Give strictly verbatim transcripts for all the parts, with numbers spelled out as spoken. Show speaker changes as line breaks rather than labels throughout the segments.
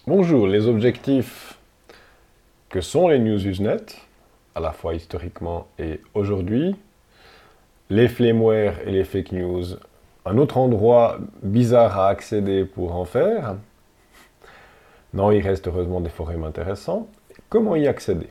Bonjour, les objectifs que sont les news Usenet, à la fois historiquement et aujourd'hui, les flameware et les fake news, un autre endroit bizarre à accéder pour en faire. Non, il reste heureusement des forums intéressants. Comment y accéder?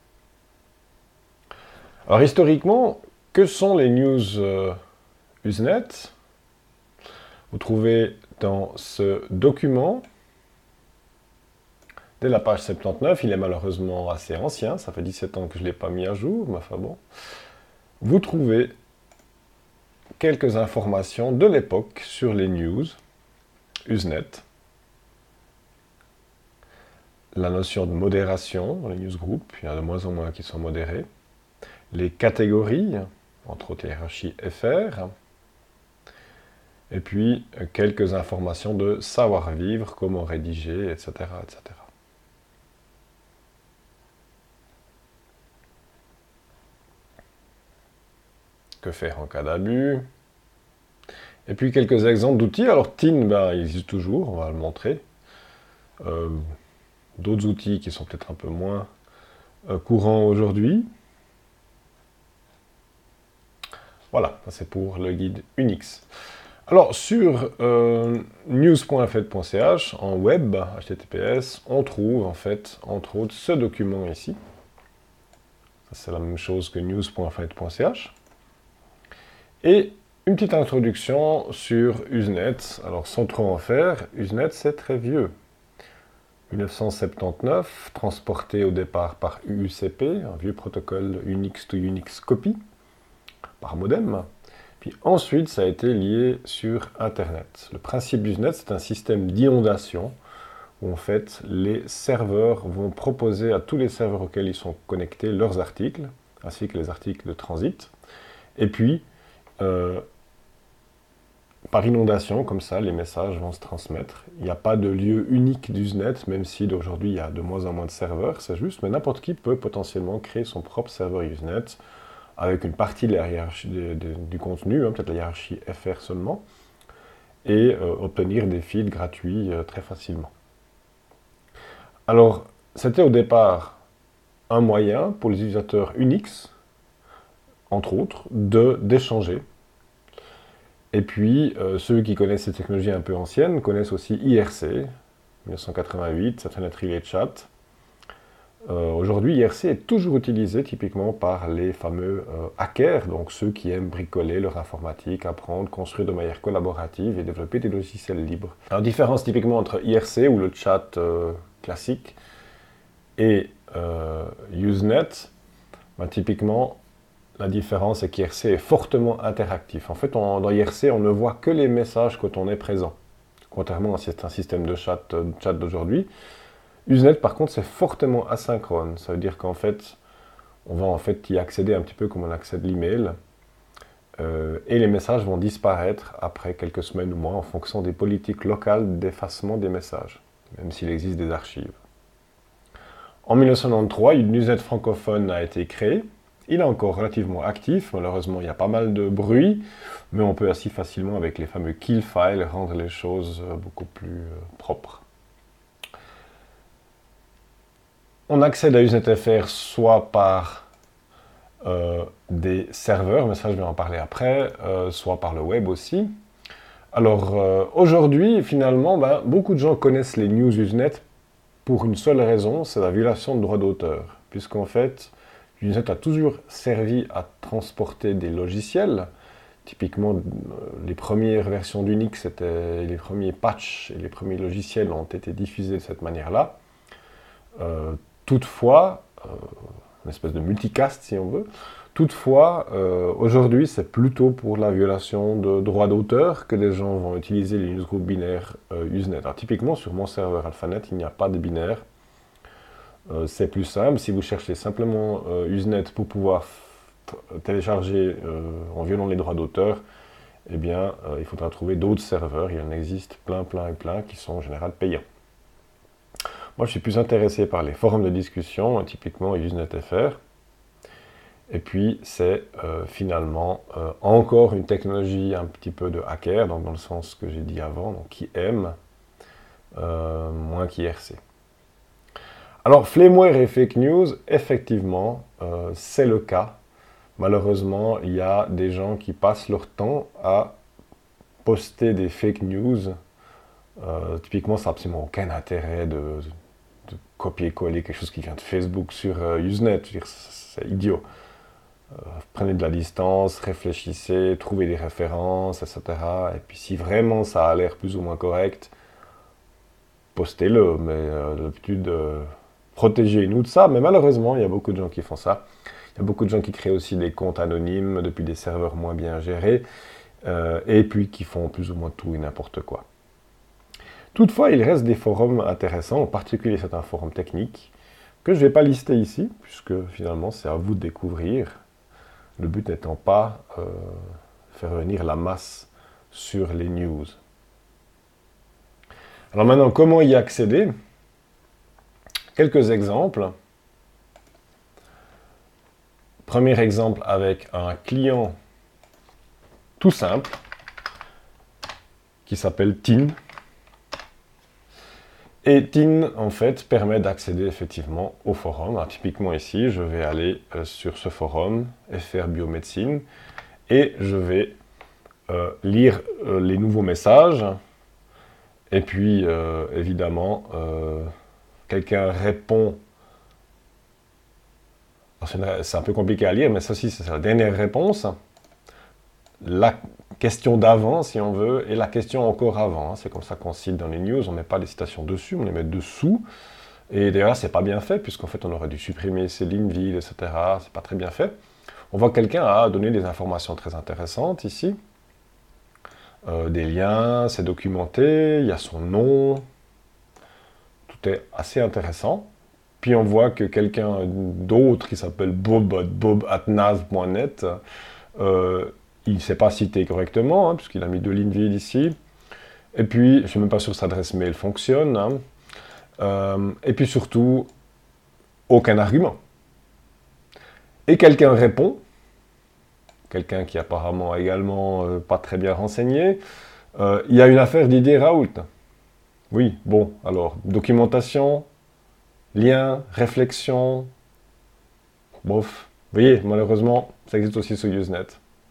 Alors historiquement, que sont les news euh, Usenet? Vous trouvez dans ce document, dès la page soixante-dix-neuf, il est malheureusement assez ancien, ça fait dix-sept ans que je ne l'ai pas mis à jour, mais enfin bon. Vous trouvez quelques informations de l'époque sur les news Usenet, la notion de modération dans les newsgroups, il y en a de moins en moins qui sont modérés, les catégories, entre autres hiérarchie F R, et puis quelques informations de savoir-vivre, comment rédiger, et cetera, et cetera. Que faire en cas d'abus? Et puis quelques exemples d'outils. Alors T I N, ben, il existe toujours, on va le montrer. Euh, D'autres outils qui sont peut-être un peu moins euh, courants aujourd'hui. Voilà, c'est pour le guide Unix. Alors, sur euh, news point f e t point c h, en web, H T T P S, on trouve en fait, entre autres, ce document ici. C'est la même chose que news point f e t point c h. Et une petite introduction sur Usenet. Alors, sans trop en faire, Usenet, c'est très vieux. mille neuf cent soixante-dix-neuf, transporté au départ par U U C P, un vieux protocole Unix to Unix copy, par modem. Puis ensuite, ça a été lié sur Internet. Le principe d'Usenet, c'est un système d'inondation où en fait, les serveurs vont proposer à tous les serveurs auxquels ils sont connectés leurs articles, ainsi que les articles de transit. Et puis, euh, par inondation, comme ça, les messages vont se transmettre. Il n'y a pas de lieu unique d'Usenet, même si d'aujourd'hui, il y a de moins en moins de serveurs, c'est juste, mais n'importe qui peut potentiellement créer son propre serveur Usenet, avec une partie de la hiérarchie de, de, du contenu, hein, peut-être la hiérarchie F R seulement, et euh, obtenir des feeds gratuits euh, très facilement. Alors, c'était au départ un moyen pour les utilisateurs Unix, entre autres, de d'échanger. Et puis, euh, ceux qui connaissent ces technologies un peu anciennes connaissent aussi I R C, mille neuf cent quatre-vingt-huit, Internet Relay Chat. Euh, Aujourd'hui, I R C est toujours utilisé typiquement par les fameux euh, hackers, donc ceux qui aiment bricoler leur informatique, apprendre, construire de manière collaborative et développer des logiciels libres. Alors, différence typiquement entre I R C ou le chat euh, classique et euh, Usenet, ben, typiquement, la différence est qu'I R C est fortement interactif. En fait, on, dans I R C, on ne voit que les messages quand on est présent, contrairement à un système de chat, euh, chat d'aujourd'hui. Usenet, par contre, c'est fortement asynchrone. Ça veut dire qu'en fait, on va en fait y accéder un petit peu comme on accède l'email. Euh, et les messages vont disparaître après quelques semaines ou mois en fonction des politiques locales d'effacement des messages, même s'il existe des archives. En mille neuf cent quatre-vingt-treize, une Usenet francophone a été créée. Il est encore relativement actif. Malheureusement, il y a pas mal de bruit, mais on peut assez facilement, avec les fameux kill files, rendre les choses beaucoup plus euh, propres. On accède à Usenet F R soit par euh, des serveurs, mais ça je vais en parler après, euh, soit par le web aussi. Alors euh, aujourd'hui, finalement, ben, beaucoup de gens connaissent les news Usenet pour une seule raison, c'est la violation de droits d'auteur. Puisqu'en fait, Usenet a toujours servi à transporter des logiciels. Typiquement, les premières versions d'Unix, les premiers patchs et les premiers logiciels ont été diffusés de cette manière-là. Euh, toutefois, euh, une espèce de multicast si on veut, toutefois, euh, aujourd'hui, c'est plutôt pour la violation de droits d'auteur que les gens vont utiliser les newsgroups binaires euh, Usenet. Alors, typiquement, sur mon serveur AlphaNet, il n'y a pas de binaire. Euh, c'est plus simple, si vous cherchez simplement euh, Usenet pour pouvoir télécharger euh, en violant les droits d'auteur, eh bien, euh, il faudra trouver d'autres serveurs. Il en existe plein, plein et plein qui sont en général payants. Moi, je suis plus intéressé par les forums de discussion, typiquement Usenet F R. Et puis, c'est euh, finalement euh, encore une technologie un petit peu de hacker, donc dans le sens que j'ai dit avant, donc qui aime euh, moins qu'I R C. Alors, Flameware et fake news, effectivement, euh, c'est le cas. Malheureusement, il y a des gens qui passent leur temps à poster des fake news. Euh, typiquement, ça n'a absolument aucun intérêt de, de copier-coller quelque chose qui vient de Facebook sur euh, Usenet. Je veux dire, c'est idiot. Euh, prenez de la distance, réfléchissez, trouvez des références, et cetera. Et puis si vraiment ça a l'air plus ou moins correct, postez-le. Mais euh, d'habitude, euh, protégez-nous de ça. Mais malheureusement, il y a beaucoup de gens qui font ça. Il y a beaucoup de gens qui créent aussi des comptes anonymes depuis des serveurs moins bien gérés. Euh, et puis qui font plus ou moins tout et n'importe quoi. Toutefois, il reste des forums intéressants, en particulier certains forums techniques, que je ne vais pas lister ici, puisque finalement c'est à vous de découvrir. Le but n'étant pas euh, faire venir la masse sur les news. Alors maintenant, comment y accéder? Quelques exemples. Premier exemple avec un client tout simple qui s'appelle Tin. Et Tin, en fait, permet d'accéder effectivement au forum. Alors, typiquement ici, je vais aller euh, sur ce forum, F R Biomédecine, et je vais euh, lire euh, les nouveaux messages. Et puis, euh, évidemment, euh, quelqu'un répond. C'est un peu compliqué à lire, mais ça aussi, c'est la dernière réponse. La question d'avant, si on veut, et la question encore avant. C'est comme ça qu'on cite dans les news, on ne met pas les citations dessus, on les met dessous. Et d'ailleurs, c'est pas bien fait, puisqu'en fait, on aurait dû supprimer ces lignes vides, et cetera. C'est pas très bien fait. On voit que quelqu'un a donné des informations très intéressantes ici. Euh, des liens, c'est documenté, il y a son nom. Tout est assez intéressant. Puis on voit que quelqu'un d'autre qui s'appelle bob, bob at naz point net, euh, il ne s'est pas cité correctement, hein, puisqu'il a mis deux lignes vides ici. Et puis, je ne suis même pas sûr que cette adresse mail fonctionne. Hein. Euh, et puis surtout, aucun argument. Et quelqu'un répond, quelqu'un qui apparemment également euh, pas très bien renseigné, euh, il y a une affaire Didier Raoult. Oui, bon, alors, documentation, lien, réflexion, bof. Vous voyez, malheureusement, ça existe aussi sur Usenet.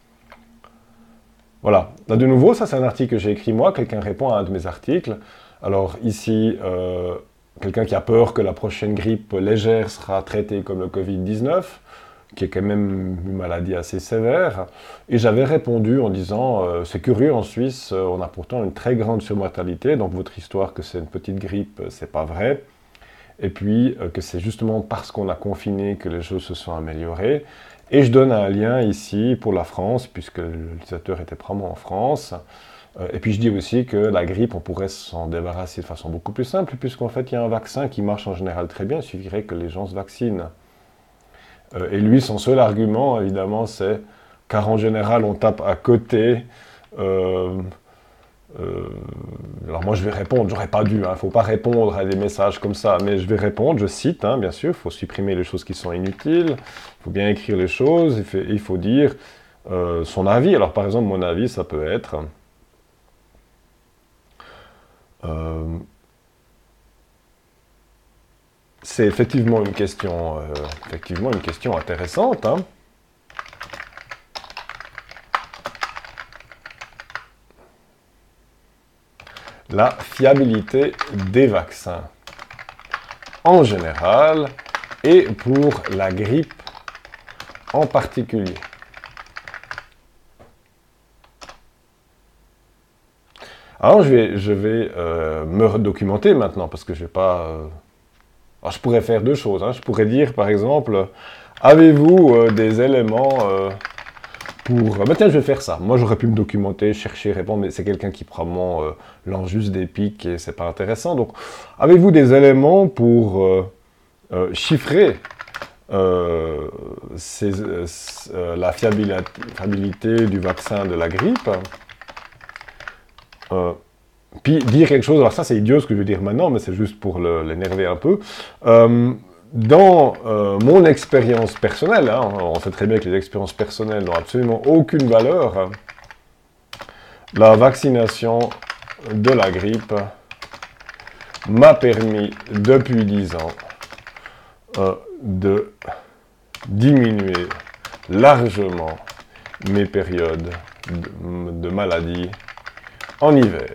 Voilà. Là, de nouveau, ça c'est un article que j'ai écrit moi, quelqu'un répond à un de mes articles. Alors ici, euh, quelqu'un qui a peur que la prochaine grippe légère sera traitée comme le Covid dix-neuf, qui est quand même une maladie assez sévère. Et j'avais répondu en disant, euh, c'est curieux, en Suisse, euh, on a pourtant une très grande surmortalité, donc votre histoire que c'est une petite grippe, c'est pas vrai. Et puis euh, que c'est justement parce qu'on a confiné que les choses se sont améliorées. Et je donne un lien ici pour la France, puisque l'utilisateur était probablement en France. Euh, et puis je dis aussi que la grippe, on pourrait s'en débarrasser de façon beaucoup plus simple, puisqu'en fait, il y a un vaccin qui marche en général très bien, il suffirait que les gens se vaccinent. Euh, et lui, son seul argument, évidemment, c'est car en général, on tape à côté. Euh, euh, alors moi, je vais répondre, j'aurais pas dû, il hein, ne faut pas répondre à des messages comme ça, mais je vais répondre, je cite, hein, bien sûr, il faut supprimer les choses qui sont inutiles, il faut bien écrire les choses, il faut, il faut dire euh, son avis. Alors par exemple, mon avis, ça peut être... Euh, c'est effectivement une question, euh, effectivement une question intéressante. Hein. La fiabilité des vaccins en général et pour la grippe en particulier. Alors je vais, je vais euh, me redocumenter maintenant parce que je vais pas... Euh... Alors je pourrais faire deux choses. Hein. Je pourrais dire par exemple, avez-vous euh, des éléments euh, pour... Ben tiens, je vais faire ça. Moi j'aurais pu me documenter, chercher, répondre, mais c'est quelqu'un qui probablement euh, lance juste des pics et c'est pas intéressant. Donc avez-vous des éléments pour euh, euh, chiffrer euh, ces, euh, la fiabilité du vaccin de la grippe? Euh, puis dire quelque chose, alors ça c'est idiot ce que je veux dire maintenant, mais c'est juste pour l'énerver un peu. Euh, dans euh, mon expérience personnelle, hein, on sait très bien que les expériences personnelles n'ont absolument aucune valeur, hein, la vaccination de la grippe m'a permis depuis dix ans euh, de diminuer largement mes périodes de, de maladie en hiver.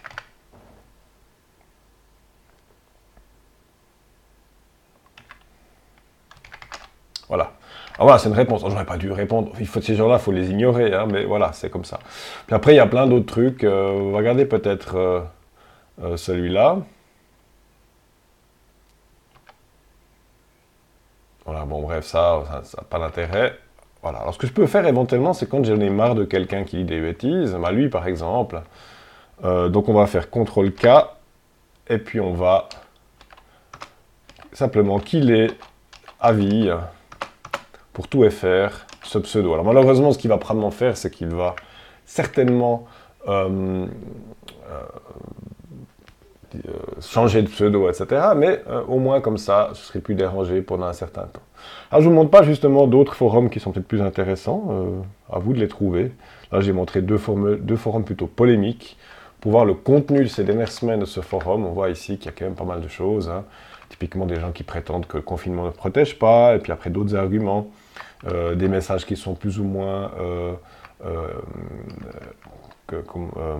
Voilà. Alors voilà, c'est une réponse. J'aurais pas dû répondre. Il faut, ces gens-là, il faut les ignorer, hein, mais voilà, c'est comme ça. Puis après, il y a plein d'autres trucs. Euh, regardez peut-être euh, euh, celui-là. Voilà, bon, bref, ça, ça n'a pas d'intérêt. Voilà. Alors, ce que je peux faire éventuellement, c'est quand j'en ai marre de quelqu'un qui dit des bêtises, bah, lui, par exemple. Euh, donc, on va faire contrôle K, et puis on va simplement killer avis pour tout F R, ce pseudo. Alors, malheureusement, ce qu'il va probablement faire, c'est qu'il va certainement euh, euh, euh, changer de pseudo, et cetera. Mais euh, au moins, comme ça, je ne serai plus dérangé pendant un certain temps. Alors, je ne vous montre pas justement d'autres forums qui sont peut-être plus intéressants. Euh, à vous de les trouver. Là, j'ai montré deux, formes, deux forums plutôt polémiques. Pour voir le contenu de ces dernières semaines de ce forum, on voit ici qu'il y a quand même pas mal de choses. Hein. Typiquement, des gens qui prétendent que le confinement ne protège pas, et puis après d'autres arguments. Euh, des messages qui sont plus ou moins euh, euh, que, comme, euh,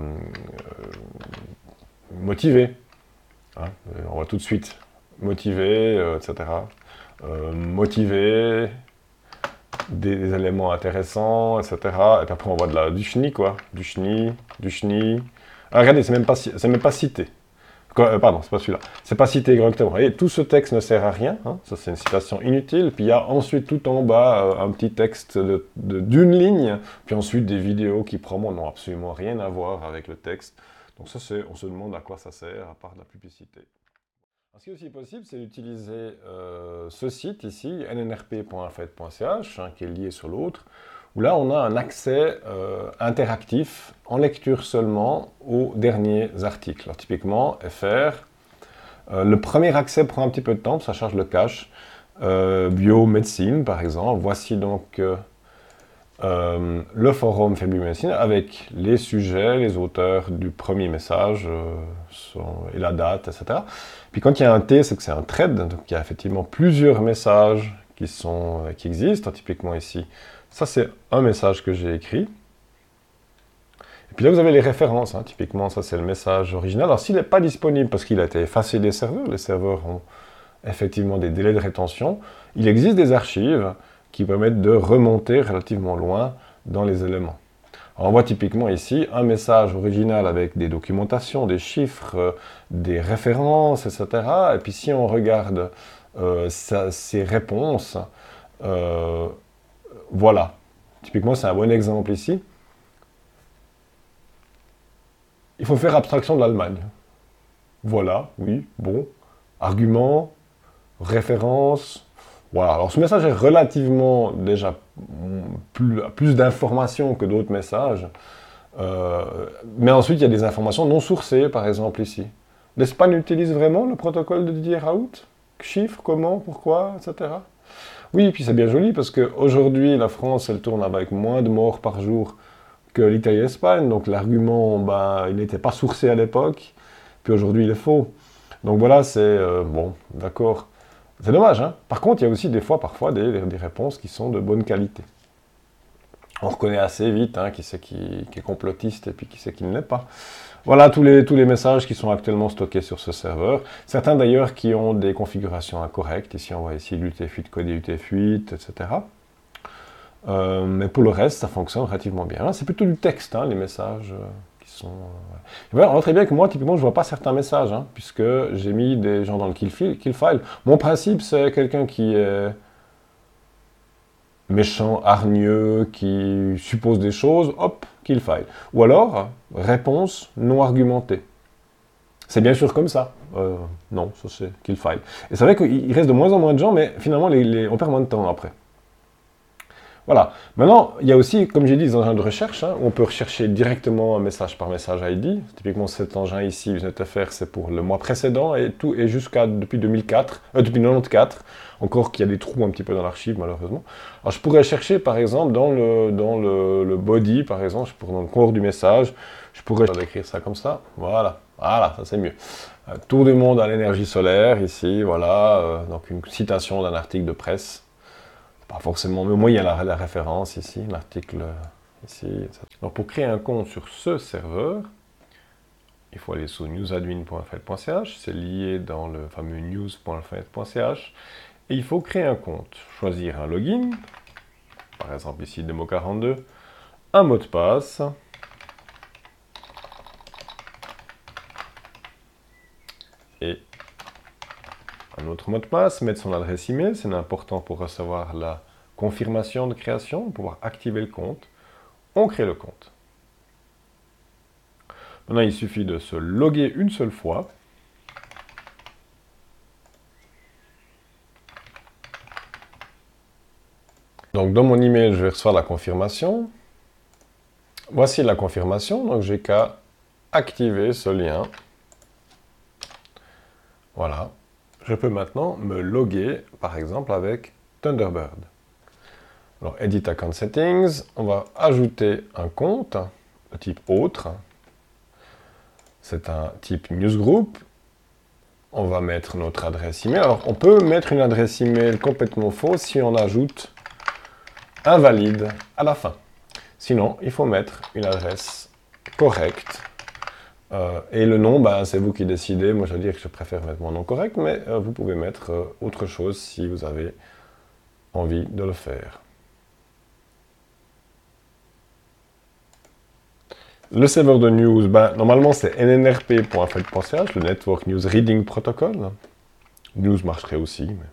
motivés. Hein, on voit tout de suite motivé, euh, et cetera. Euh, motivé, des, des éléments intéressants, et cetera. Et puis après on voit de la, du chenille, quoi. Du chenille, du chenille. Ah, regardez, c'est même pas, c'est même pas cité. Euh, pardon, c'est pas celui-là. C'est pas cité correctement. Et tout ce texte ne sert à rien. Hein, ça, c'est une citation inutile. Puis il y a ensuite tout en bas euh, un petit texte de, de, d'une ligne. Puis ensuite des vidéos qui probablement n'ont absolument rien à voir avec le texte. Donc ça, c'est, on se demande à quoi ça sert, à part de la publicité. Alors, ce qui est aussi possible, c'est d'utiliser euh, ce site ici, n n r p point f e d point c h, hein, qui est lié sur l'autre, où là, on a un accès euh, interactif, en lecture seulement, aux derniers articles. Alors, typiquement, F R, euh, le premier accès prend un petit peu de temps, ça charge le cache. Euh, biomédecine, par exemple. Voici donc euh, euh, le forum fait biomédecine avec les sujets, les auteurs du premier message euh, sont, et la date, et cetera. Puis quand il y a un T, c'est que c'est un thread, donc il y a effectivement plusieurs messages qui, sont, euh, qui existent, typiquement ici. Ça, c'est un message que j'ai écrit. Et puis là, vous avez les références. Hein. Typiquement, ça, c'est le message original. Alors, s'il n'est pas disponible parce qu'il a été effacé des serveurs, les serveurs ont effectivement des délais de rétention, il existe des archives qui permettent de remonter relativement loin dans les éléments. Alors, on voit typiquement ici un message original avec des documentations, des chiffres, euh, des références, et cetera. Et puis, si on regarde euh, ça, ces réponses, euh, voilà. Typiquement, c'est un bon exemple ici. Il faut faire abstraction de l'Allemagne. Voilà, oui, bon. Argument, référence. Voilà. Alors, ce message est relativement déjà plus, plus d'informations que d'autres messages. Euh, mais ensuite, il y a des informations non sourcées, par exemple ici. L'Espagne utilise vraiment le protocole de Didier Raoult? Chiffres, comment, pourquoi, et cetera. Oui, puis c'est bien joli parce qu'aujourd'hui, la France, elle tourne avec moins de morts par jour que l'Italie et l'Espagne. Donc l'argument, ben, il n'était pas sourcé à l'époque, puis aujourd'hui, il est faux. Donc voilà, c'est... Euh, bon, d'accord. C'est dommage, hein. Par contre, il y a aussi des fois, parfois, des, des réponses qui sont de bonne qualité. On reconnaît assez vite hein, qui c'est qui, qui est complotiste et puis qui c'est qui ne l'est pas. Voilà tous les, tous les messages qui sont actuellement stockés sur ce serveur. Certains d'ailleurs qui ont des configurations incorrectes. Ici, on voit ici l'U T F huit codé U T F huit, et cetera. Euh, mais pour le reste, ça fonctionne relativement bien. C'est plutôt du texte, hein, les messages euh, qui sont... Euh, voilà, on voit très bien que moi, typiquement, je ne vois pas certains messages, hein, puisque j'ai mis des gens dans le kill file, kill file. Mon principe, c'est quelqu'un qui est méchant, hargneux, qui suppose des choses, hop, kill file. Ou alors, réponse non argumentée. C'est bien sûr comme ça. Euh, non, ça c'est kill file. Et c'est vrai qu'il reste de moins en moins de gens, mais finalement, les, les, on perd moins de temps après. Voilà. Maintenant, il y a aussi, comme j'ai dit, des engins de recherche, hein, où on peut rechercher directement un message par message I D. Typiquement, cet engin ici, ViewNetFR, c'est pour le mois précédent et tout, et jusqu'à depuis deux mille quatre, euh, depuis quatre-vingt-quatorze, encore qu'il y a des trous un petit peu dans l'archive, malheureusement. Alors, je pourrais chercher, par exemple, dans le, dans le, le body, par exemple, je pourrais, dans le corps du message, je pourrais écrire ça comme ça. Voilà. Voilà, ça c'est mieux. Euh, Tour du monde à l'énergie solaire, ici, voilà. Euh, donc, une citation d'un article de presse. Pas forcément, mais au moins il y a la, la référence ici, l'article ici. et cetera. Donc pour créer un compte sur ce serveur, il faut aller sur newsadmin point f l point c h, c'est lié dans le fameux news point f l point c h, et il faut créer un compte, choisir un login, par exemple ici démo quarante-deux, un mot de passe, et un autre mot de passe, mettre son adresse email, c'est important pour recevoir la confirmation de création, pour pouvoir activer le compte. On crée le compte. Maintenant, il suffit de se loguer une seule fois. Donc, dans mon email, je vais recevoir la confirmation. Voici la confirmation, donc j'ai qu'à activer ce lien. Voilà. Je peux maintenant me loguer, par exemple, avec Thunderbird. Alors, Edit Account Settings, on va ajouter un compte, de type autre. C'est un type newsgroup. On va mettre notre adresse email. Alors, on peut mettre une adresse email complètement fausse si on ajoute invalide à la fin. Sinon, il faut mettre une adresse correcte. Euh, et le nom, ben, c'est vous qui décidez. Moi, je veux dire que je préfère mettre mon nom correct, mais euh, vous pouvez mettre euh, autre chose si vous avez envie de le faire. Le serveur de news, ben, normalement, c'est n n r p point f l point c h, le Network News Reading Protocol. News marcherait aussi. Mais...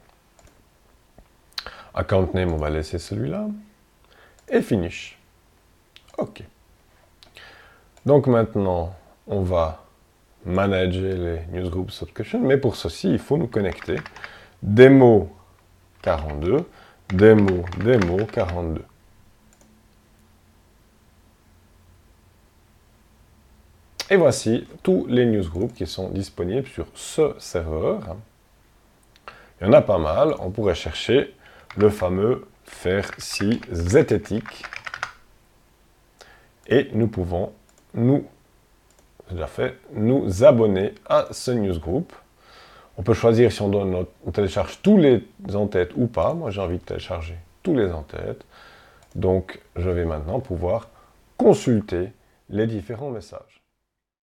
Account name, on va laisser celui-là. Et finish. OK. Donc maintenant, on va manager les newsgroup subscriptions, mais pour ceci, il faut nous connecter. Démo quarante-deux, démo, démo quarante-deux. Et voici tous les newsgroups qui sont disponibles sur ce serveur. Il y en a pas mal. On pourrait chercher le fameux faire si zététique. Et nous pouvons nous, déjà fait, nous abonner à ce newsgroup. On peut choisir si on, donne notre, on télécharge tous les en-têtes ou pas. Moi, j'ai envie de télécharger tous les en-têtes. Donc, je vais maintenant pouvoir consulter les différents messages.